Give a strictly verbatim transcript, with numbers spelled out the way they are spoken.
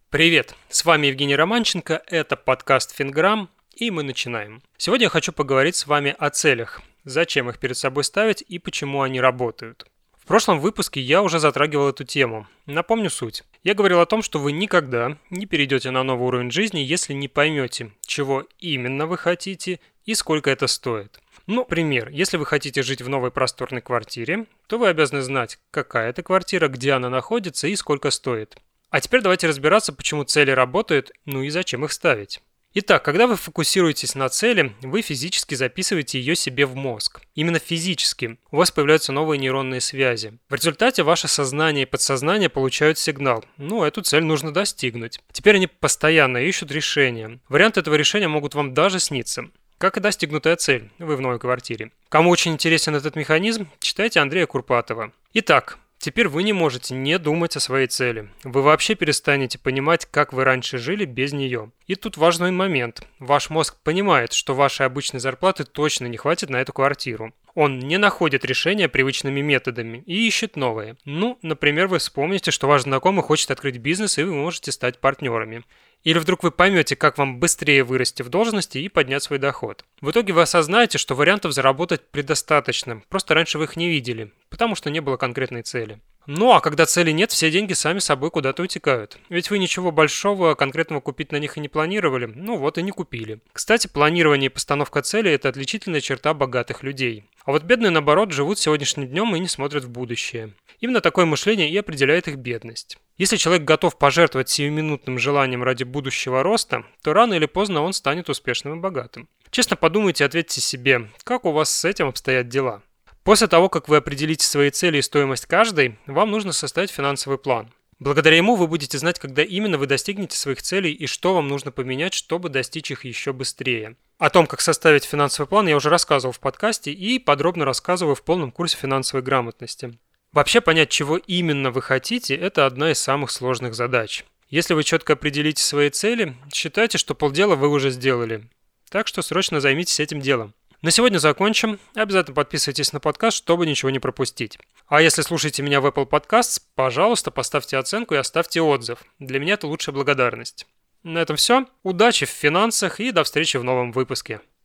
Привет, с вами Евгений Романченко, это подкаст Финграм, и мы начинаем. Сегодня я хочу поговорить с вами о целях, зачем их перед собой ставить и почему они работают. В прошлом выпуске я уже затрагивал эту тему. Напомню суть. Я говорил о том, что вы никогда не перейдете на новый уровень жизни, если не поймете, чего именно вы хотите и сколько это стоит. Ну, пример. Если вы хотите жить в новой просторной квартире, то вы обязаны знать, какая это квартира, где она находится и сколько стоит. А теперь давайте разбираться, почему цели работают, ну и зачем их ставить. Итак, когда вы фокусируетесь на цели, вы физически записываете ее себе в мозг. Именно физически. У вас появляются новые нейронные связи. В результате ваше сознание и подсознание получают сигнал. Ну, эту цель нужно достигнуть. Теперь они постоянно ищут решения. Варианты этого решения могут вам даже сниться. Как и достигнутая цель, вы в новой квартире. Кому очень интересен этот механизм, читайте Андрея Курпатова. Итак, теперь вы не можете не думать о своей цели. Вы вообще перестанете понимать, как вы раньше жили без нее. И тут важный момент. Ваш мозг понимает, что вашей обычной зарплаты точно не хватит на эту квартиру. Он не находит решения привычными методами и ищет новые. Ну, например, вы вспомните, что ваш знакомый хочет открыть бизнес, и вы можете стать партнерами. Или вдруг вы поймете, как вам быстрее вырасти в должности и поднять свой доход. В итоге вы осознаете, что вариантов заработать предостаточно, просто раньше вы их не видели, потому что не было конкретной цели. Ну а когда цели нет, все деньги сами собой куда-то утекают. Ведь вы ничего большого конкретного купить на них и не планировали, ну вот и не купили. Кстати, планирование и постановка целей – это отличительная черта богатых людей. А вот бедные, наоборот, живут сегодняшним днем и не смотрят в будущее. Именно такое мышление и определяет их бедность. Если человек готов пожертвовать сиюминутным желанием ради будущего роста, то рано или поздно он станет успешным и богатым. Честно подумайте и ответьте себе, как у вас с этим обстоят дела. После того, как вы определите свои цели и стоимость каждой, вам нужно составить финансовый план. Благодаря ему вы будете знать, когда именно вы достигнете своих целей и что вам нужно поменять, чтобы достичь их еще быстрее. О том, как составить финансовый план, я уже рассказывал в подкасте и подробно рассказываю в полном курсе финансовой грамотности. Вообще понять, чего именно вы хотите, это одна из самых сложных задач. Если вы четко определите свои цели, считайте, что полдела вы уже сделали. Так что срочно займитесь этим делом. На сегодня закончим. Обязательно подписывайтесь на подкаст, чтобы ничего не пропустить. А если слушаете меня в Apple Podcasts, пожалуйста, поставьте оценку и оставьте отзыв. Для меня это лучшая благодарность. На этом все. Удачи в финансах и до встречи в новом выпуске.